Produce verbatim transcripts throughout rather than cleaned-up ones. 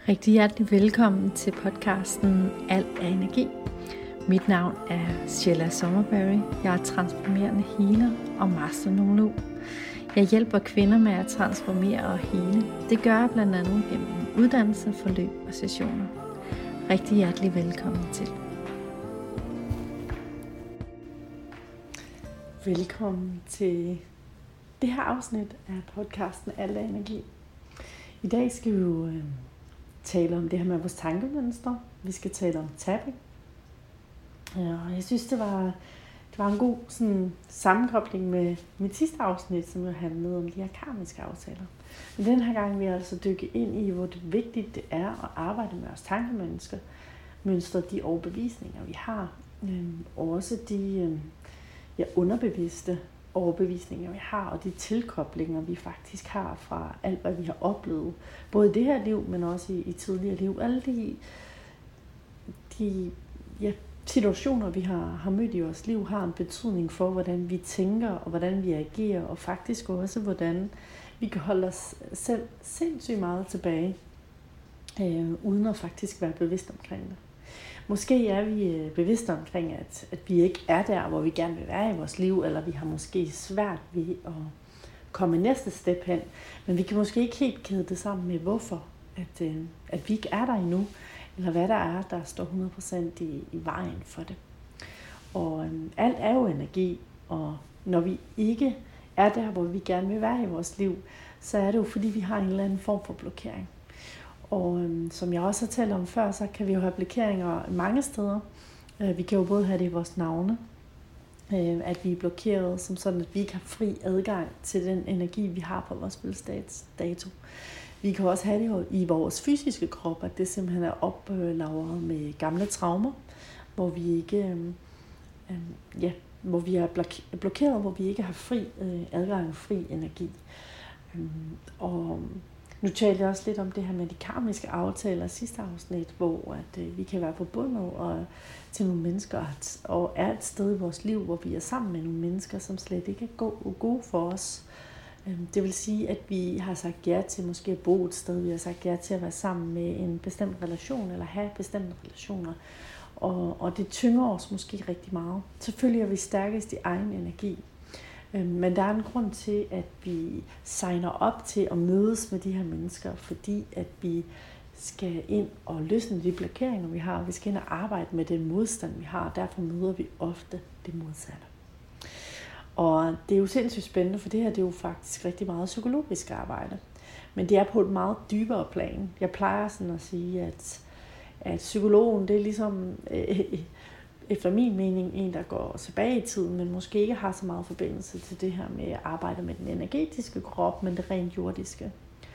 Rigtig hjertelig velkommen til podcasten Alt er energi. Mit navn er Sheila Sommerberry. Jeg er transformerende healer og master numerolog. Jeg hjælper kvinder med at transformere og hele. Det gør jeg blandt andet gennem uddannelse, forløb og sessioner. Rigtig hjertelig velkommen til. Velkommen til det her afsnit af podcasten Alt er energi. I dag skal vi jo øh, tale om det her med vores tankemønstre. Vi skal tale om tapping. Og jeg synes, det var, det var en god sådan, sammenkobling med mit sidste afsnit, som jo handlede om de her karmiske aftaler. Men den her gang vil jeg altså dykke ind i, hvor det vigtigt det er at arbejde med vores tankemønstre, mønstre, de overbevisninger, vi har, og også de ja, underbevidste overbevisninger, vi har, og de tilkoblinger, vi faktisk har fra alt, hvad vi har oplevet. Både i det her liv, men også i, i tidligere liv. Alle de, de ja, situationer, vi har, har mødt i vores liv, har en betydning for, hvordan vi tænker, og hvordan vi agerer, og faktisk også, hvordan vi kan holde os selv sindssygt meget tilbage, øh, uden at faktisk være bevidst omkring det. Måske er vi bevidste omkring, at, at vi ikke er der, hvor vi gerne vil være i vores liv, eller vi har måske svært ved at komme næste step hen, men vi kan måske ikke helt kæde det sammen med, hvorfor at, øh, at vi ikke er der endnu, eller hvad der er, der står hundrede procent i, i vejen for det. Og øh, alt er jo energi, og når vi ikke er der, hvor vi gerne vil være i vores liv, så er det jo, fordi vi har en eller anden form for blokering. Og øhm, som jeg også har talt om før, så kan vi jo have blokeringer mange steder. Øh, vi kan jo både have det i vores navne, øh, at vi er blokeret, som sådan, at vi ikke har fri adgang til den energi, vi har på vores fødselsdato. Vi kan også have det i vores fysiske krop, at det simpelthen er oplagret med gamle traumer, hvor vi ikke, øh, øh, ja, hvor vi er blokeret, hvor vi ikke har fri øh, adgang, fri energi. Øh, og Nu talte jeg også lidt om det her med de karmiske aftaler i sidste afsnit, hvor at, øh, vi kan være forbundet og, til nogle mennesker, og er et sted i vores liv, hvor vi er sammen med nogle mennesker, som slet ikke er gode, gode for os. Øh, det vil sige, at vi har sagt ja til måske at bo et sted, vi har sagt ja til at være sammen med en bestemt relation, eller have bestemte relationer, og, og det tynger os måske rigtig meget. Selvfølgelig er vi stærkest i egen energi. Men der er en grund til, at vi signer op til at mødes med de her mennesker, fordi at vi skal ind og løsne de blokeringer, vi har. Vi skal ind og arbejde med den modstand, vi har, og derfor møder vi ofte det modsatte. Og det er jo sindssygt spændende, for det her det er jo faktisk rigtig meget psykologisk arbejde. Men det er på et meget dybere plan. Jeg plejer sådan at sige, at, at psykologen det er ligesom... Øh, efter min mening en, der går tilbage i tiden, men måske ikke har så meget forbindelse til det her med at arbejde med den energetiske krop, men det rent jordiske.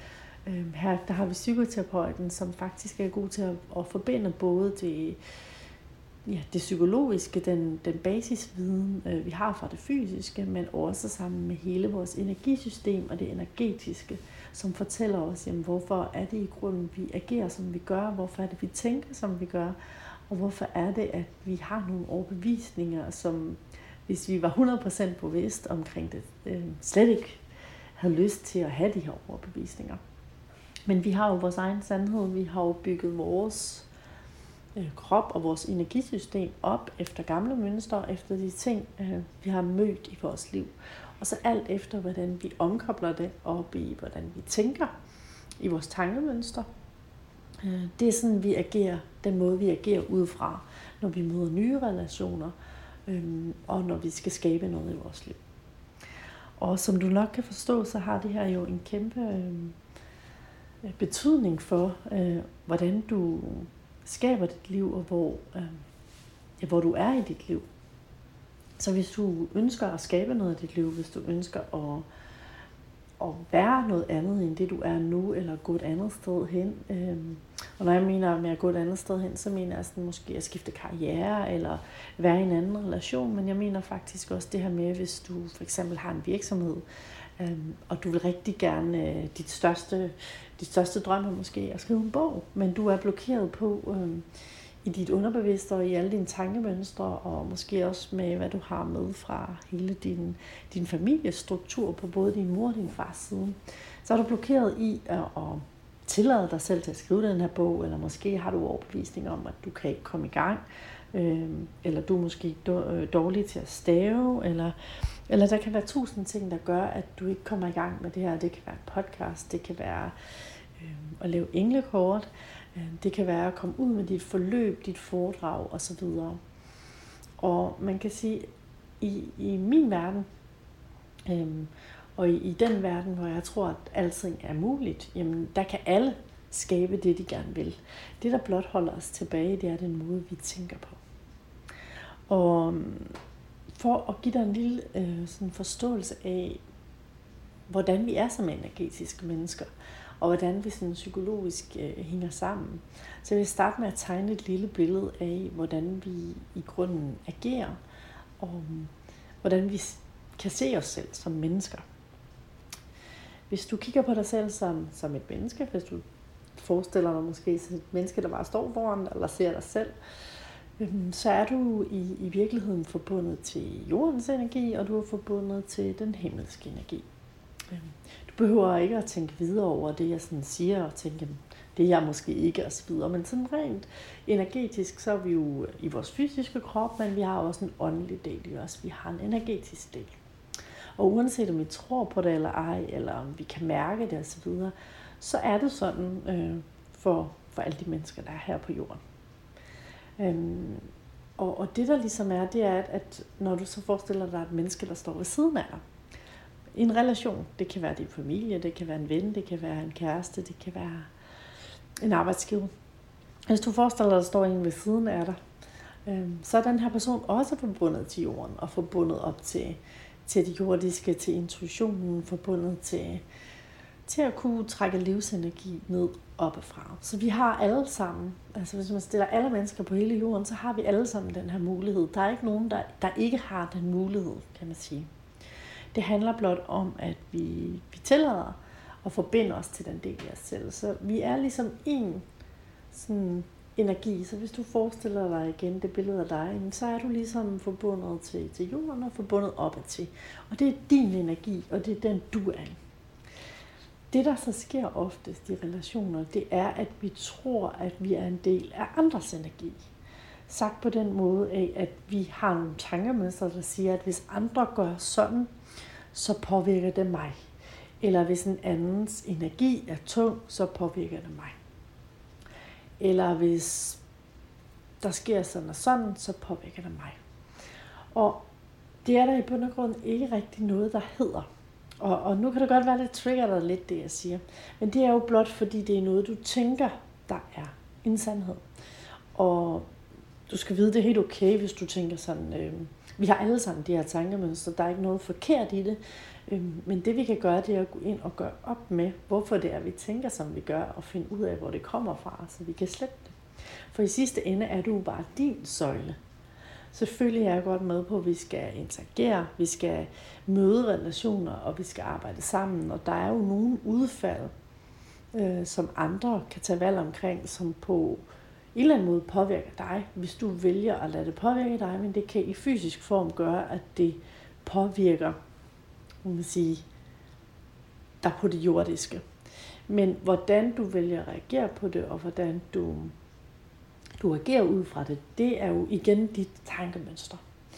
Her der har vi psykoterapeuten, som faktisk er god til at, at forbinde både det, ja, det psykologiske, den, den basisviden, vi har fra det fysiske, men også sammen med hele vores energisystem og det energetiske, som fortæller os, jamen, hvorfor er det i grunden, vi agerer, som vi gør, hvorfor er det, vi tænker, som vi gør, og hvorfor er det, at vi har nogle overbevisninger, som hvis vi var hundrede procent bevidst omkring det, øh, slet ikke havde lyst til at have de her overbevisninger. Men vi har jo vores egen sandhed, vi har jo bygget vores øh, krop og vores energisystem op efter gamle mønstre, efter de ting, øh, vi har mødt i vores liv. Og så alt efter, hvordan vi omkobler det op i, hvordan vi tænker i vores tankemønstre. Det er sådan, vi agerer, den måde, vi agerer udefra, når vi møder nye relationer, øhm, og når vi skal skabe noget i vores liv. Og som du nok kan forstå, så har det her jo en kæmpe øhm, betydning for, øh, hvordan du skaber dit liv, og hvor, øh, ja, hvor du er i dit liv. Så hvis du ønsker at skabe noget i dit liv, hvis du ønsker at at være noget andet end det, du er nu, eller gå et andet sted hen. Øhm, og når jeg mener med at gå et andet sted hen, så mener jeg sådan måske at skifte karriere, eller være i en anden relation, men jeg mener faktisk også det her med, hvis du for eksempel har en virksomhed, øhm, og du vil rigtig gerne, øh, dit største, dit største drøm er måske at skrive en bog, men du er blokeret på, øhm, i dit underbevidste og i alle dine tankemønstre, og måske også med, hvad du har med fra hele din, din familiestruktur på både din mor og din fars side. Så er du blokeret i at, at tillade dig selv til at skrive den her bog, eller måske har du overbevisning om, at du kan ikke komme i gang, øh, eller du er måske dårlig til at stave, eller, eller der kan være tusind ting, der gør, at du ikke kommer i gang med det her. Det kan være en podcast, det kan være øh, at lave englekort, øh, det kan være at komme ud med dit forløb, dit foredrag osv. Og man kan sige, i, i min verden, øh, og i, i den verden, hvor jeg tror, at alting er muligt, jamen der kan alle skabe det, de gerne vil. Det, der blot holder os tilbage, det er den måde, vi tænker på. Og for at give dig en lille øh, sådan forståelse af, hvordan vi er som energetiske mennesker, og hvordan vi sådan psykologisk øh, hænger sammen, så vil jeg starte med at tegne et lille billede af, hvordan vi i grunden agerer, og hvordan vi kan se os selv som mennesker. Hvis du kigger på dig selv som, som et menneske, hvis du forestiller dig måske som et menneske, der bare står foran dig, eller ser dig selv, øhm, så er du i, i virkeligheden forbundet til jordens energi, og du er forbundet til den himmelske energi. Øhm, du behøver ikke at tænke videre over det, jeg sådan siger, og tænke, det er jeg måske ikke, og så videre. Men sådan rent energetisk, så er vi jo i vores fysiske krop, men vi har også en åndelig del i os. Vi har en energetisk del. Og uanset om vi tror på det eller ej, eller om vi kan mærke det osv., så, så er det sådan øh, for, for alle de mennesker, der er her på jorden. Øhm, og, og det der ligesom er, det er, at, at når du så forestiller dig et menneske, der står ved siden af dig, i en relation, det kan være din familie, det kan være en ven, det kan være en kæreste, det kan være en arbejdsgiver. Hvis du forestiller dig, at der står en ved siden af dig, øh, så er den her person også forbundet til jorden, og forbundet op til til det jordiske, til intuitionen, forbundet til, til at kunne trække livsenergi ned oppefra. Så vi har alle sammen, altså hvis man stiller alle mennesker på hele jorden, så har vi alle sammen den her mulighed. Der er ikke nogen, der, der ikke har den mulighed, kan man sige. Det handler blot om, at vi, vi tillader at forbinde os til den del af os selv. Så vi er ligesom en sådan energi. Så hvis du forestiller dig igen det billede af dig, så er du ligesom forbundet til, til jorden og forbundet opad til. Og det er din energi, og det er den, du er. Det, der så sker oftest i relationer, det er, at vi tror, at vi er en del af andres energi. Sagt på den måde af, at vi har nogle tankemønstre, der siger, at hvis andre gør sådan, så påvirker det mig. Eller hvis en andens energi er tung, så påvirker det mig. Eller hvis der sker sådan og sådan, så påvirker det mig. Og det er der i bund og grund ikke rigtig noget, der hedder. Og, og nu kan det godt være lidt triggeret lidt, det jeg siger. Men det er jo blot, fordi det er noget, du tænker, der er en sandhed. Og du skal vide, det er helt okay, hvis du tænker sådan, øh, vi har alle sammen de her tankemønstre, der er ikke noget forkert i det. Øh, men det vi kan gøre, det er at gå ind og gøre op med, hvorfor det er, vi tænker, som vi gør, og finde ud af, hvor det kommer fra, så vi kan slette det. For i sidste ende er du bare din søjle. Selvfølgelig er jeg godt med på, at vi skal interagere, vi skal møde relationer, og vi skal arbejde sammen. Og der er jo nogle udfald, øh, som andre kan tage valg omkring, som på en eller anden måde påvirker dig, hvis du vælger at lade det påvirke dig, men det kan i fysisk form gøre, at det påvirker, man kan sige, dig på det jordiske. Men hvordan du vælger at reagere på det, og hvordan du du agerer ud fra det, det er jo igen dit tankemønster.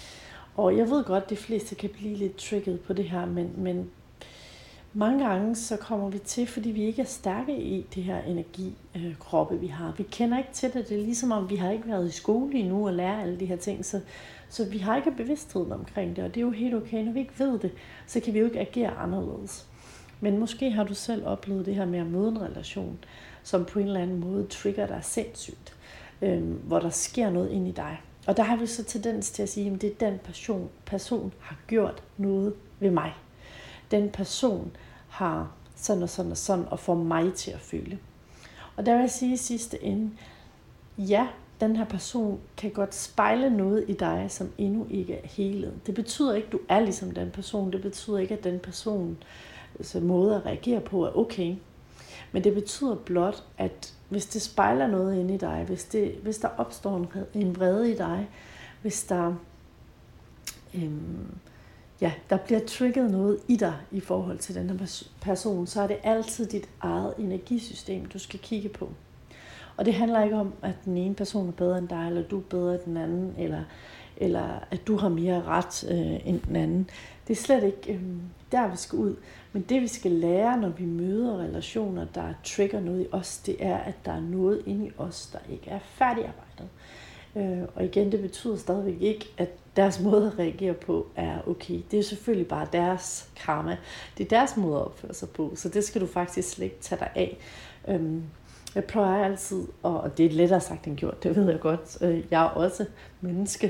Og jeg ved godt, at de fleste kan blive lidt trigget på det her, men, men mange gange så kommer vi til, fordi vi ikke er stærke i det her energikroppe, øh, vi har. Vi kender ikke til det. Det er ligesom om, vi har ikke været i skole endnu og lære alle de her ting, så, så vi har ikke bevidstheden omkring det, og det er jo helt okay. Når vi ikke ved det, så kan vi jo ikke agere anderledes. Men måske har du selv oplevet det her med at møde en relation, som på en eller anden måde trigger dig sindssygt. Øhm, hvor der sker noget ind i dig. Og der har vi så tendens til at sige, at det er den person, person har gjort noget ved mig. Den person har sådan og sådan og sådan, og får mig til at føle. Og der vil jeg sige i sidste ende, ja, den her person kan godt spejle noget i dig, som endnu ikke er helet. Det betyder ikke, at du er ligesom den person. Det betyder ikke, at den person så måde at reagere på er okay. Men det betyder blot, at hvis det spejler noget inde i dig, hvis, det, hvis der opstår en, en vrede i dig, hvis der øhm, ja, der bliver trigget noget i dig i forhold til den her person, så er det altid dit eget energisystem, du skal kigge på. Og det handler ikke om, at den ene person er bedre end dig, eller du er bedre end den anden, eller, eller at du har mere ret øh, end den anden. Det er slet ikke øh, der, vi skal ud. Men det, vi skal lære, når vi møder relationer, der trigger noget i os, det er, at der er noget inde i os, der ikke er færdigarbejdet. Øh, og igen, det betyder stadigvæk ikke, at deres måde at reagere på er okay. Det er selvfølgelig bare deres karma. Det er deres måde at opføre sig på, så det skal du faktisk slet ikke tage dig af. Øh, Jeg plejer altid, og det er lettere sagt end gjort, det ved jeg godt. Jeg er også menneske,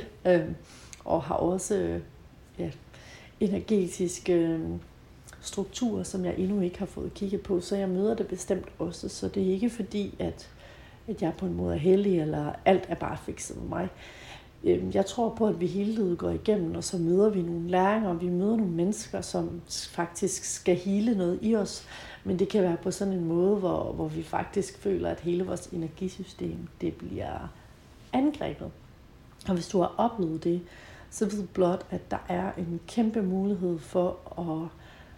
og har også ja, energetiske strukturer, som jeg endnu ikke har fået kigget på, så jeg møder det bestemt også. Så det er ikke fordi, at, at jeg på en måde er heldig, eller alt er bare fikset med mig. Jeg tror på, at vi hele livet går igennem, og så møder vi nogle læringer, og vi møder nogle mennesker, som faktisk skal hele noget i os. Men det kan være på sådan en måde, hvor, hvor vi faktisk føler, at hele vores energisystem det bliver angrebet. Og hvis du har oplevet det, så ved blot, at der er en kæmpe mulighed for at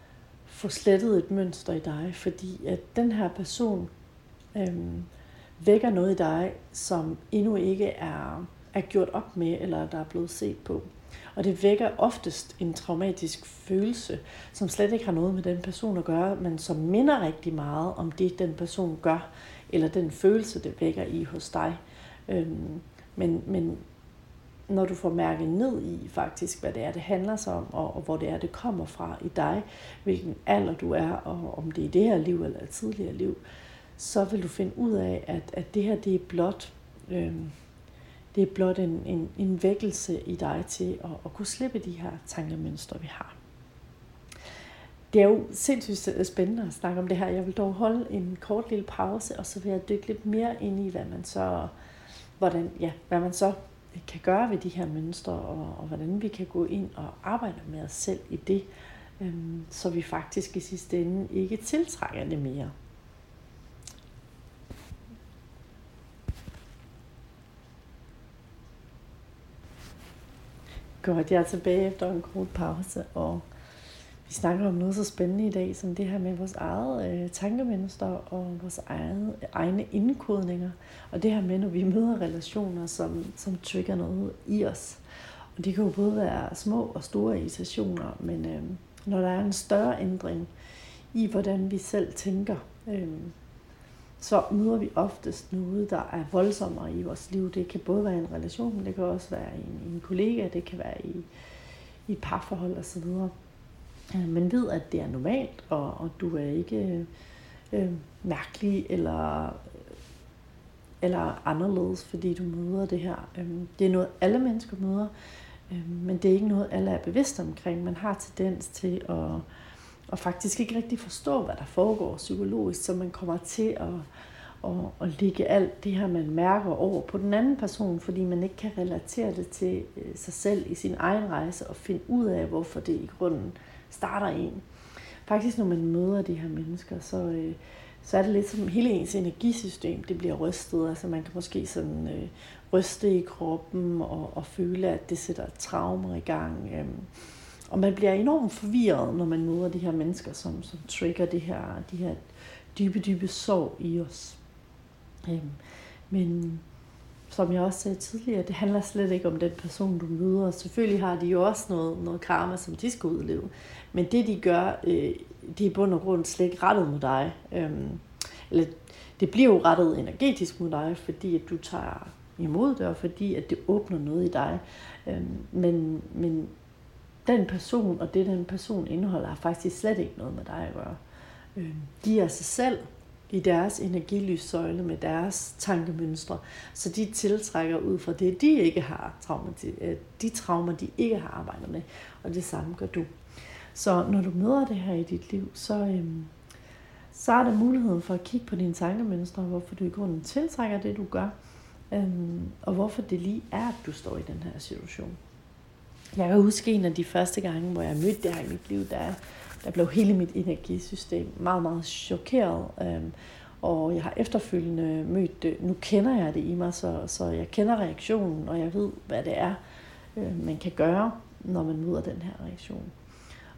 få slettet et mønster i dig, fordi at den her person øhm, vækker noget i dig, som endnu ikke er, er gjort op med, eller der er blevet set på. Og det vækker oftest en traumatisk følelse, som slet ikke har noget med den person at gøre, men som minder rigtig meget om det, den person gør, eller den følelse, det vækker i hos dig. Øhm, men, men når du får mærket ned i faktisk, hvad det er, det handler sig om, og, og hvor det er, det kommer fra i dig, hvilken alder du er, og om det er i det her liv eller et tidligere liv, så vil du finde ud af, at, at det her, det er blot... Øhm, Det er blot en, en, en vækkelse i dig til at, at kunne slippe de her tankemønstre, vi har. Det er jo sindssygt spændende at snakke om det her. Jeg vil dog holde en kort lille pause, og så vil jeg dykke lidt mere ind i, hvad man så, hvordan, ja, hvad man så kan gøre ved de her mønstre, og, og hvordan vi kan gå ind og arbejde med os selv i det, øhm, så vi faktisk i sidste ende ikke tiltrækker det mere. Godt, jeg er tilbage efter en kort pause, og vi snakker om noget så spændende i dag, som det her med vores eget øh, tankemønster og vores eget, egne indkodninger. Og det her med, når vi møder relationer, som, som trigger noget i os. Og det kan jo både være små og store irritationer, men øh, når der er en større ændring i, hvordan vi selv tænker, øh, så møder vi oftest noget, der er voldsommere i vores liv. Det kan både være en relation, men det kan også være en, en kollega, det kan være i, i parforhold osv. Men ved, at det er normalt, og, og du er ikke øh, mærkelig eller, eller anderledes, fordi du møder det her. Det er noget, alle mennesker møder, men det er ikke noget, alle er bevidste omkring. Man har tendens til at og faktisk ikke rigtig forstå, hvad der foregår psykologisk, så man kommer til at, at, at lægge alt det her, man mærker over på den anden person, fordi man ikke kan relatere det til sig selv i sin egen rejse og finde ud af, hvorfor det i grunden starter en. Faktisk, når man møder de her mennesker, så, så er det lidt som hele ens energisystem, det bliver rystet. Altså man kan måske sådan øh, ryste i kroppen og, og føle, at det sætter traumer i gang. Øh, Og man bliver enormt forvirret, når man møder de her mennesker, som, som trigger det her, de her dybe, dybe sorg i os. Øhm, men som jeg også sagde tidligere, det handler slet ikke om den person, du møder. Selvfølgelig har de jo også noget, noget karma, som de skal udleve. Men det, de gør, øh, det er i bund og grund slet ikke rettet mod dig. Øhm, eller det bliver jo rettet energetisk mod dig, fordi at du tager imod det, og fordi at det åbner noget i dig. Øhm, men, men den person og det, den person indeholder, har faktisk slet ikke noget med dig at gøre. De er sig selv i deres energilyssøjle med deres tankemønstre, så de tiltrækker ud fra det, de ikke har traumer, de traumer, de ikke har arbejdet med, og det samme gør du. Så når du møder det her i dit liv, så, øhm, så er der muligheden for at kigge på dine tankemønstre, hvorfor du i grunden tiltrækker det, du gør, øhm, og hvorfor det lige er, at du står i den her situation. Jeg kan huske en af de første gange, hvor jeg mødte det her i mit liv, der, der blev hele mit energisystem meget, meget chokeret. Øhm, og jeg har efterfølgende mødt det. Nu kender jeg det i mig, så, så jeg kender reaktionen, og jeg ved, hvad det er, øh, man kan gøre, når man møder den her reaktion.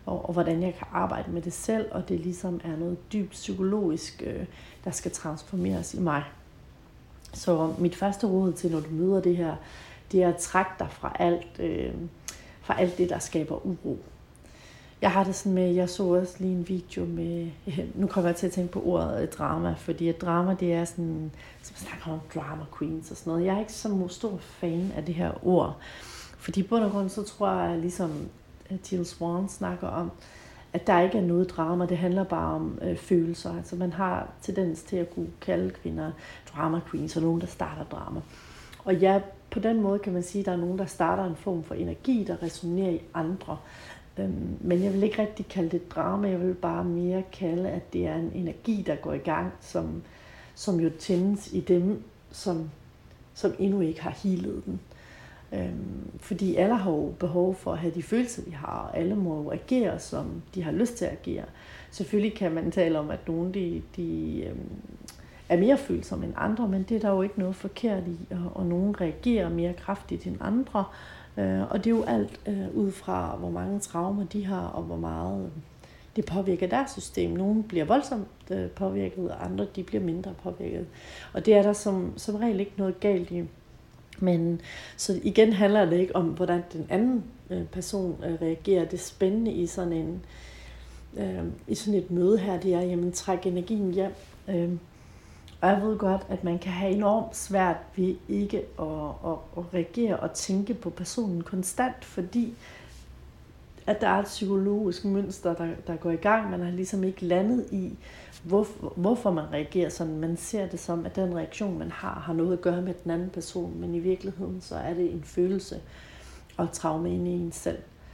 og, og hvordan jeg kan arbejde med det selv, og det ligesom er noget dybt psykologisk, øh, der skal transformeres i mig. Så mit første råd til, når du møder det her, det er at trække dig fra alt, øh, fra alt det, der skaber uro. Jeg har det sådan med, jeg så også lige en video med, nu kommer jeg til at tænke på ordet drama, fordi at drama, det er sådan, som snakker om drama queens og sådan noget. Jeg er ikke så stor fan af det her ord, fordi på bund og grund, så tror jeg, ligesom Teal Swan snakker om, at der ikke er noget drama, det handler bare om øh, følelser. Altså man har tendens til at kunne kalde kvinder drama queens, og nogen, der starter drama. Og ja, på den måde kan man sige, at der er nogen, der starter en form for energi, der resonerer i andre. Øhm, men jeg vil ikke rigtig kalde det drama, jeg vil bare mere kalde, at det er en energi, der går i gang, som, som jo tændes i dem, som, som endnu ikke har healet den. Øhm, fordi alle har jo behov for at have de følelser, vi har, og alle må jo agere, som de har lyst til at agere. Selvfølgelig kan man tale om, at nogle de, de, øhm, er mere følsomme end andre, men det er der jo ikke noget forkert i, og, og nogen reagerer mere kraftigt end andre. Øh, og det er jo alt øh, ud fra, hvor mange traumer de har, og hvor meget øh, det påvirker deres system. Nogle bliver voldsomt øh, påvirket, og andre de bliver mindre påvirket. Og det er der som, som regel ikke noget galt i. Men så igen handler det ikke om, hvordan den anden øh, person øh, reagerer. Det spændende i sådan en øh, i sådan et møde her, det er, jamen træk energien hjem. Øh, og jeg ved godt, at man kan have enormt svært ved ikke at, at, at reagere og tænke på personen konstant, fordi at der er et psykologisk mønster, der, der går i gang. Man har ligesom ikke landet i, hvorfor, hvorfor man reagerer sådan. Man ser det som, at den reaktion, man har, har noget at gøre med den anden person, men i virkeligheden så er det en følelse og traume inde i en selv.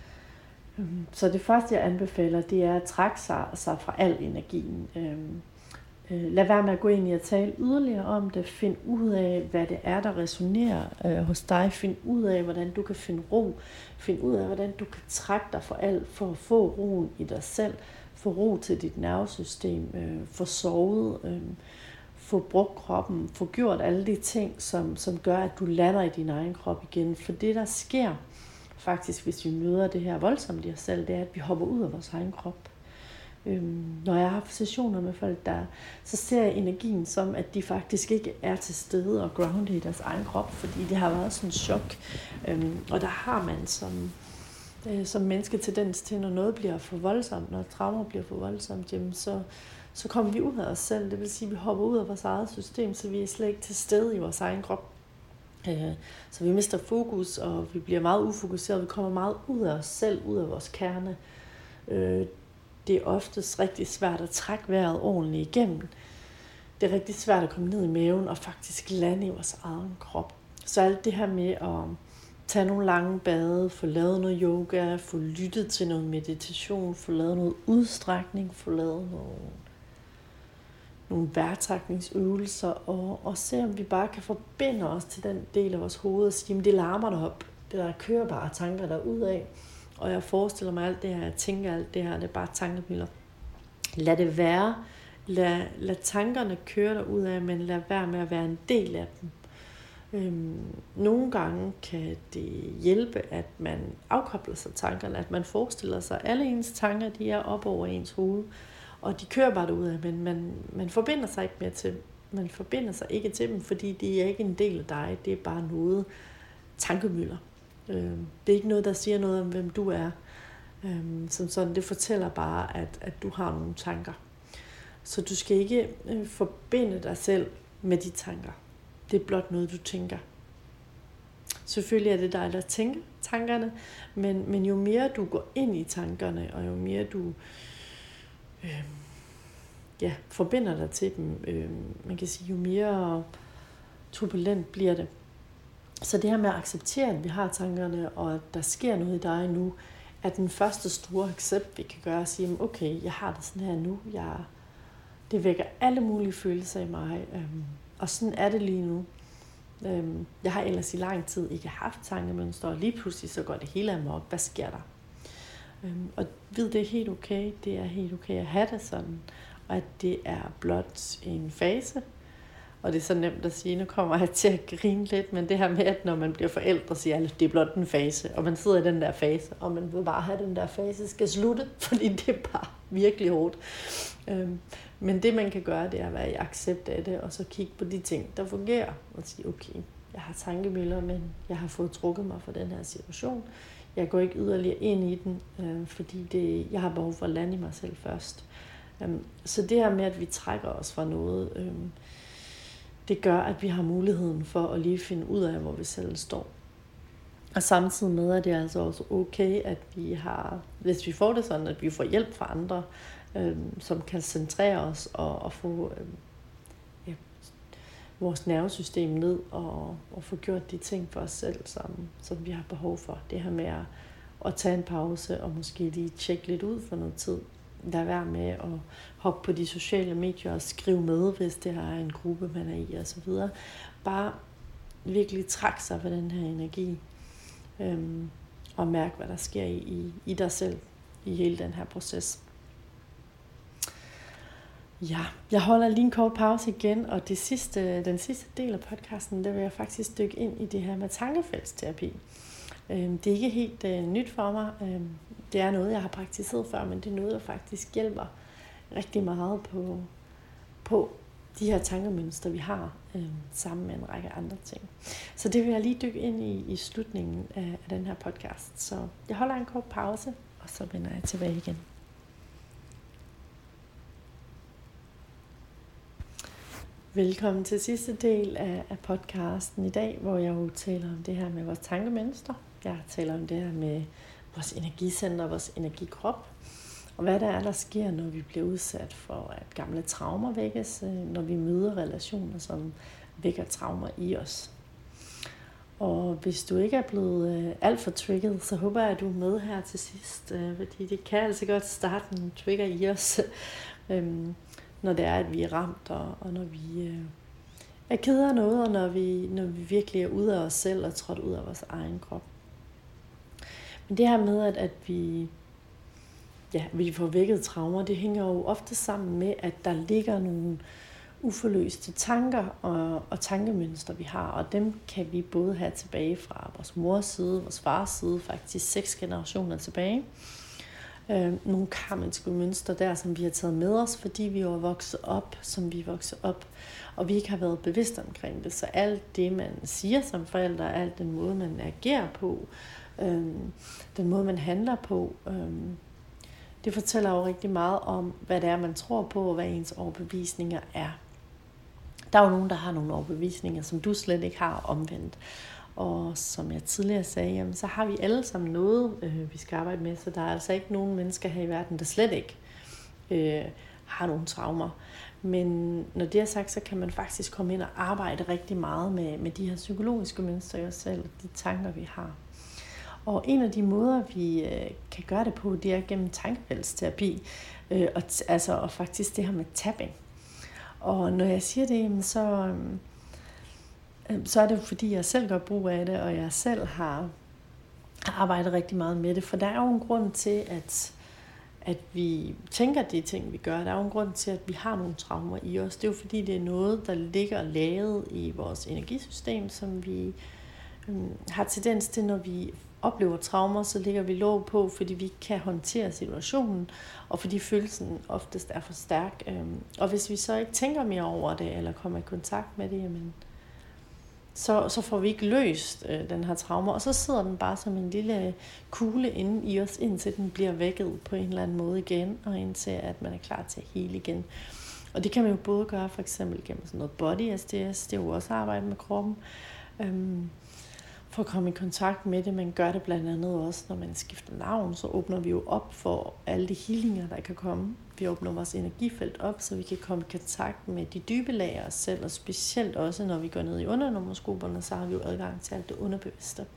Så det første, jeg anbefaler, det er at trække sig, sig fra al energien. Lad være med at gå ind i at tale yderligere om det. Find ud af, hvad det er, der resonerer øh, hos dig. Find ud af, hvordan du kan finde ro. Find ud af, hvordan du kan trække dig for alt, for at få roen i dig selv. Få ro til dit nervesystem. Øh, få sovet. Øh, få brugt kroppen. Få gjort alle de ting, som, som gør, at du lander i din egen krop igen. For det, der sker faktisk, hvis vi møder det her voldsomt i os selv, det er, at vi hopper ud af vores egen krop. Øhm, når jeg har haft sessioner med folk, der, så ser jeg energien som, at de faktisk ikke er til stede og grounded i deres egen krop, fordi det har været sådan en chok. Øhm, og der har man som, øh, som menneske tendens til, når noget bliver for voldsomt, når traumer bliver for voldsomt, jamen så, så kommer vi ud af os selv. Det vil sige, at vi hopper ud af vores eget system, så vi er slet ikke til stede i vores egen krop. Øh, så vi mister fokus, og vi bliver meget ufokuseret. Vi kommer meget ud af os selv, ud af vores kerne. Øh, Det er oftest rigtig svært at trække vejret ordentligt igennem. Det er rigtig svært at komme ned i maven og faktisk lande i vores egen krop. Så alt det her med at tage nogle lange bade, få lavet noget yoga, få lyttet til noget meditation, få lavet noget udstrækning, få lavet nogle, nogle vejrtrækningsøvelser, og, og se om vi bare kan forbinde os til den del af vores hoved og sige, at det larmer derop. Det der kører bare tanker derudad. Og jeg forestiller mig alt det her, jeg tænker alt det her, det er bare tankemøller. Lad det være. Lad, lad tankerne køre derudad, men lad være med at være en del af dem. Øhm, nogle gange kan det hjælpe, at man afkobler sig tankerne, at man forestiller sig, at alle ens tanker, de er op over ens hoved, og de kører bare derudad, men man, man forbinder sig ikke mere til dem. Man forbinder sig ikke til dem, fordi det er ikke en del af dig, det er bare noget tankemøller. Det er ikke noget, der siger noget om, hvem du er. Som sådan, det fortæller bare, at, at du har nogle tanker. Så du skal ikke forbinde dig selv med de tanker. Det er blot noget, du tænker. Selvfølgelig er det dig, der tænker tankerne, men, men jo mere du går ind i tankerne, og jo mere du øh, ja, forbinder dig til dem, øh, man kan sige, jo mere turbulent bliver det. Så det her med at acceptere, at vi har tankerne, og at der sker noget i dig nu, er den første store accept, vi kan gøre, at sige, okay, jeg har det sådan her nu, jeg, det vækker alle mulige følelser i mig, øhm, og sådan er det lige nu. Øhm, jeg har ellers i lang tid ikke haft tankemønstre, og lige pludselig så går det hele af mig op. Hvad sker der? Øhm, og ved, det er helt okay, det er helt okay at have det sådan, og at det er blot en fase. Og det er så nemt at sige, nu kommer jeg til at grine lidt, men det her med, at når man bliver forældre, siger alle, det er blot en fase, og man sidder i den der fase, og man vil bare have, den der fase skal slutte, fordi det er bare virkelig hårdt. Øhm, men det man kan gøre, det er at være i accept af det, og så kigge på de ting, der fungerer, og sige, okay, jeg har tankemøller, men jeg har fået trukket mig fra den her situation. Jeg går ikke yderligere ind i den, øh, fordi det, jeg har behov for at lande i mig selv først. Um, så det her med, at vi trækker os fra noget, øh, det gør, at vi har muligheden for at lige finde ud af, hvor vi selv står. Og samtidig med, at det er altså også okay, at vi har, hvis vi får det sådan, at vi får hjælp fra andre, øh, som kan centrere os og, og få øh, ja, vores nervesystem ned og, og få gjort de ting for os selv, som, som vi har behov for. Det her med at, at tage en pause og måske lige tjekke lidt ud for noget tid. Lad være med at hoppe på de sociale medier og skrive med, hvis det er en gruppe, man er i osv. Bare virkelig trække sig fra den her energi. Øhm, og mærke, hvad der sker i, i, i dig selv i hele den her proces. Ja, jeg holder lige en kort pause igen, og det sidste, den sidste del af podcasten, der vil jeg faktisk dykke ind i det her med tankefeltsterapi. Øhm, det er ikke helt øh, nyt for mig. Øhm, det er noget, jeg har praktiseret før, men det er noget, der faktisk hjælper rigtig meget på, på de her tankemønstre, vi har, øh, sammen med en række andre ting. Så det vil jeg lige dykke ind i, i slutningen af, af den her podcast. Så jeg holder en kort pause, og så vender jeg tilbage igen. Velkommen til sidste del af, af podcasten i dag, hvor jeg jo taler om det her med vores tankemønstre. Jeg taler om det her med vores energicenter, vores energikrop, og hvad der er, der sker, når vi bliver udsat for, at gamle traumer vækkes, når vi møder relationer, som vækker traumer i os. Og hvis du ikke er blevet alt for trigget, så håber jeg, at du er med her til sidst, fordi det kan altså godt starte en trigger i os, når det er, at vi er ramt, og når vi er ked af noget, og når vi, når vi virkelig er ude af os selv og trådt ud af vores egen krop. Men det her med, at, at vi, ja, vi får vækket traumer, det hænger jo ofte sammen med, at der ligger nogle uforløste tanker og, og tankemønstre, vi har. Og dem kan vi både have tilbage fra vores mors side, vores fars side, faktisk seks generationer tilbage. Øh, nogle karmiske mønstre der, som vi har taget med os, fordi vi var vokset op, som vi er vokset op, og vi ikke har været bevidste omkring det. Så alt det, man siger som forældre, alt den måde, man agerer på, øh, den måde, man handler på, øh, det fortæller jo rigtig meget om, hvad det er, man tror på, og hvad ens overbevisninger er. Der er jo nogen, der har nogle overbevisninger, som du slet ikke har omvendt. Og som jeg tidligere sagde, jamen, så har vi alle sammen noget, øh, vi skal arbejde med. Så der er altså ikke nogen mennesker her i verden, der slet ikke øh, har nogle traumer. Men når det er sagt, så kan man faktisk komme ind og arbejde rigtig meget med, med de her psykologiske mønstre i os selv, de tanker, vi har. Og en af de måder, vi øh, kan gøre det på, det er gennem tankefeltsterapi, øh, og, t- altså, og faktisk det her med tapping. Og når jeg siger det, så, øh, så er det fordi, jeg selv gør brug af det, og jeg selv har arbejdet rigtig meget med det. For der er jo en grund til, at, at vi tænker de ting, vi gør. Der er jo en grund til, at vi har nogle traumer i os. Det er jo fordi, det er noget, der ligger laget i vores energisystem, som vi øh, har tendens til, når vi oplever traumer, så ligger vi låg på, fordi vi ikke kan håndtere situationen, og fordi følelsen oftest er for stærk. Og hvis vi så ikke tænker mere over det, eller kommer i kontakt med det, jamen, så, så får vi ikke løst øh, den her traumer, og så sidder den bare som en lille kugle inde i os, indtil den bliver vækket på en eller anden måde igen, og indtil at man er klar til at hele igen. Og det kan man jo både gøre for eksempel gennem sådan noget body S D S, det er jo også arbejde med kroppen, øhm, for at komme i kontakt med det. Man gør det blandt andet også, når man skifter navn, så åbner vi jo op for alle de healinger, der kan komme. Vi åbner vores energifelt op, så vi kan komme i kontakt med de dybe lag af os selv, og specielt også, når vi går ned i undernummerskoperne, så har vi jo adgang til alt det underbevidste.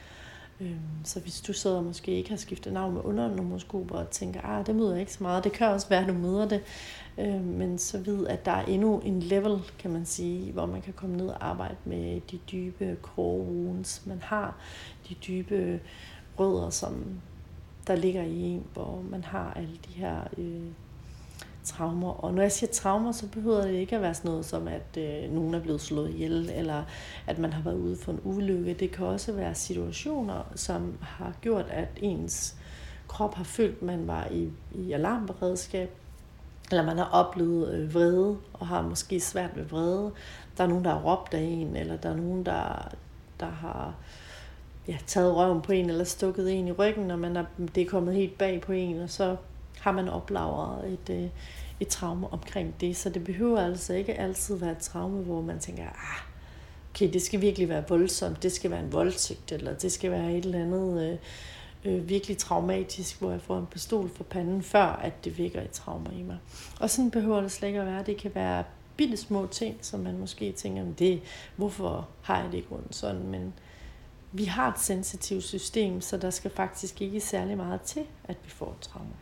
Så hvis du sidder og måske ikke har skiftet navn med undernummerskoper og tænker, ah, det møder ikke så meget, det kan også være, at du møder det, men så ved, at der er endnu en level, kan man sige, hvor man kan komme ned og arbejde med de dybe core wounds, man har, de dybe rødder, som der ligger i en, hvor man har alle de her øh, traumer. Og når jeg siger traumer, så behøver det ikke at være sådan noget som, at øh, nogen er blevet slået ihjel, eller at man har været ude for en ulykke. Det kan også være situationer, som har gjort, at ens krop har følt, at man var i, i alarmberedskab, eller man har oplevet øh, vrede, og har måske svært ved vrede. Der er nogen, der har råbt af en, eller der er nogen, der, der har ja, taget røven på en, eller stukket en i ryggen, når man er, det er kommet helt bag på en, og så har man oplagret et, øh, et traume omkring det. Så det behøver altså ikke altid være et traume, hvor man tænker, ah, okay, det skal virkelig være voldsomt, det skal være en voldtægt, eller det skal være et eller andet øh, øh, virkelig traumatisk, hvor jeg får en pistol for panden, før at det vækker et traume i mig. Og sådan behøver det slet ikke at være. Det kan være bitte små ting, som man måske tænker, det, hvorfor har jeg det i grunden sådan, men vi har et sensitivt system, så der skal faktisk ikke særlig meget til, at vi får et traume.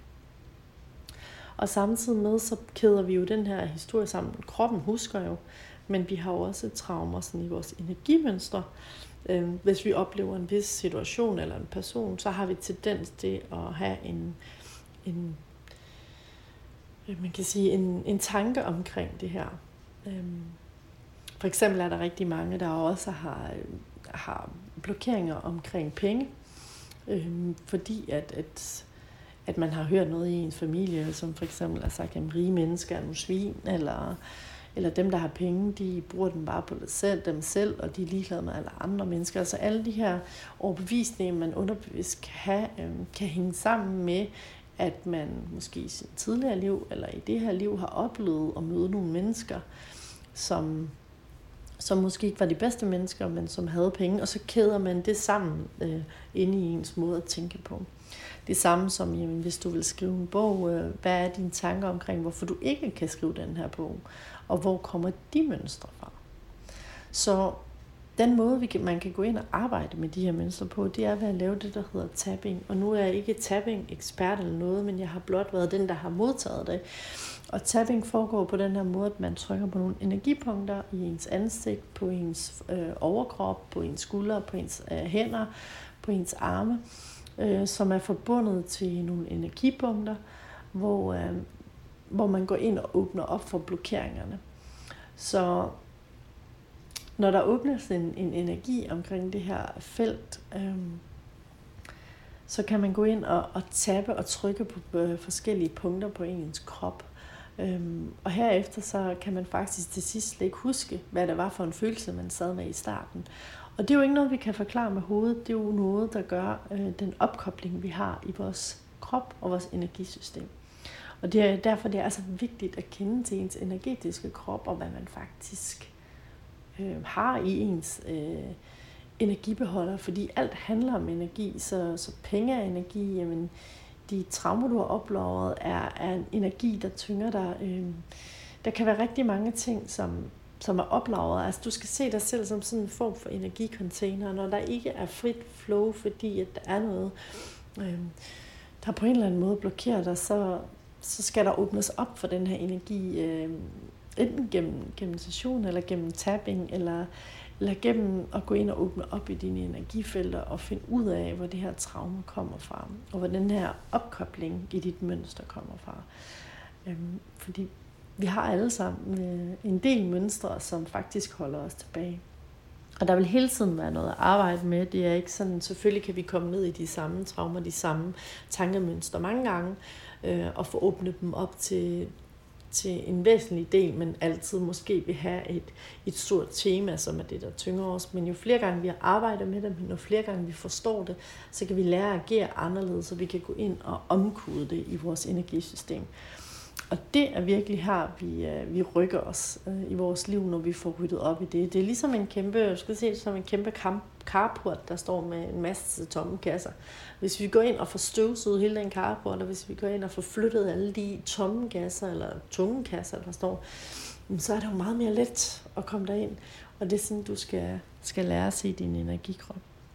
Og samtidig med, så kæder vi jo den her historie sammen. Kroppen husker jo, men vi har jo også traumer sådan i vores energimønstre. Hvis vi oplever en vis situation eller en person, så har vi tendens til at have en, en man kan sige, en, en tanke omkring det her. For eksempel er der rigtig mange, der også har, har blokeringer omkring penge, fordi at, at at man har hørt noget i ens familie, som for eksempel har sagt, at rige mennesker er nogle svin, eller, eller dem, der har penge, de bruger dem bare på det selv, dem selv, og de er ligeglade med alle andre mennesker. Altså alle de her overbevisninger, man underbevidst kan have, kan hænge sammen med, at man måske i sit tidligere liv, eller i det her liv, har oplevet at møde nogle mennesker, som, som måske ikke var de bedste mennesker, men som havde penge, og så kæder man det sammen øh, inde i ens måde at tænke på. Det samme som, jamen, hvis du vil skrive en bog, øh, hvad er dine tanker omkring, hvorfor du ikke kan skrive den her bog, og hvor kommer de mønstre fra? Så den måde, vi kan, man kan gå ind og arbejde med de her mønstre på, det er ved at lave det, der hedder tapping. Og nu er jeg ikke tapping-ekspert eller noget, men jeg har blot været den, der har modtaget det. Og tapping foregår på den her måde, at man trykker på nogle energipunkter i ens ansigt, på ens øh, overkrop, på ens skuldre, på ens øh, hænder, på ens arme, øh, som er forbundet til nogle energipunkter, hvor, øh, hvor man går ind og åbner op for blokeringerne. Så når der åbnes en, en energi omkring det her felt, øh, så kan man gå ind og, og tappe og trykke på øh, forskellige punkter på ens krop. Øhm, og herefter så kan man faktisk til sidst slet ikke huske, hvad det var for en følelse, man sad med i starten. Og det er jo ikke noget, vi kan forklare med hovedet. Det er jo noget, der gør øh, den opkobling, vi har i vores krop og vores energisystem. Og det er derfor, det er altså vigtigt at kende til ens energetiske krop, og hvad man faktisk øh, har i ens øh, energibeholder. Fordi alt handler om energi, så, så penge er energi, jamen de traumer, du har oplevet, er, er en energi, der tynger dig. Øh, der kan være rigtig mange ting, som, som er oplevet. Altså, du skal se dig selv som sådan en form for energicontainer, når der ikke er frit flow, fordi at der er noget, øh, der på en eller anden måde blokerer dig, så, så skal der åbnes op for den her energi, øh, enten gennem, gennem session, eller gennem tapping, eller eller gennem at gå ind og åbne op i dine energifelter og finde ud af, hvor det her traume kommer fra, og hvor den her opkobling i dit mønster kommer fra. Øhm, fordi vi har alle sammen øh, en del mønstre, som faktisk holder os tilbage. Og der vil hele tiden være noget at arbejde med. Det er ikke sådan, selvfølgelig kan vi komme ned i de samme traumer, de samme tankemønstre mange gange, øh, og få åbnet dem op til til en væsentlig del, men altid måske vil have et, et stort tema, som er det, der tynger os. Men jo flere gange vi arbejder med det, men jo flere gange vi forstår det, så kan vi lære at agere anderledes, så vi kan gå ind og omkode det i vores energisystem. Og det er virkelig her, vi, vi rykker os i vores liv, når vi får ryddet op i det. Det er ligesom en kæmpe, jeg skal se det som en kæmpe carport, der står med en masse tomme kasser. Hvis vi går ind og får støvsuget hele den carport, og hvis vi går ind og får flyttet alle de tomme kasser, eller tunge kasser, der står, så er det jo meget mere let at komme derind. Og det er sådan, du skal, skal lære at se din energikrop.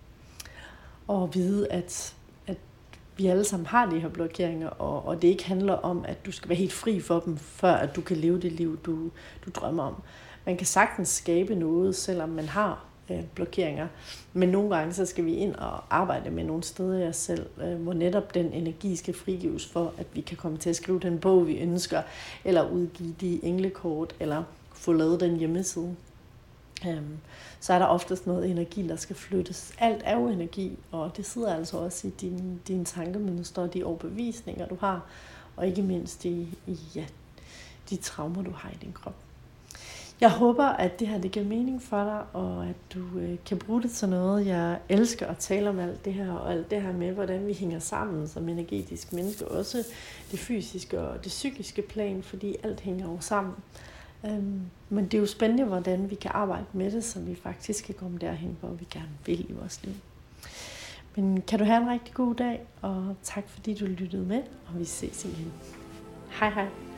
Og vide, at vi alle sammen har de her blokeringer, og, og det ikke handler om, at du skal være helt fri for dem, før at du kan leve det liv, du, du drømmer om. Man kan sagtens skabe noget, selvom man har øh, blokeringer. Men nogle gange så skal vi ind og arbejde med nogle steder i os selv, øh, hvor netop den energi skal frigives for, at vi kan komme til at skrive den bog, vi ønsker, eller udgive de englekort, eller få lavet den hjemmeside. Øhm, så er der oftest noget energi, der skal flyttes. Alt er jo energi, og det sidder altså også i dine, dine tankemønstre og de overbevisninger, du har, og ikke mindst i, i ja, de traumer, du har i din krop. Jeg håber, at det her det giver mening for dig, og at du øh, kan bruge det til noget. Jeg elsker at tale om alt det her, og alt det her med, hvordan vi hænger sammen som energetisk menneske. Også det fysiske og det psykiske plan, fordi alt hænger jo sammen. Øhm, men det er jo spændende, hvordan vi kan arbejde med det, så vi faktisk kan komme derhen, hvor vi gerne vil i vores liv. Men kan du have en rigtig god dag, og tak fordi du lyttede med, og vi ses igen. Hej hej.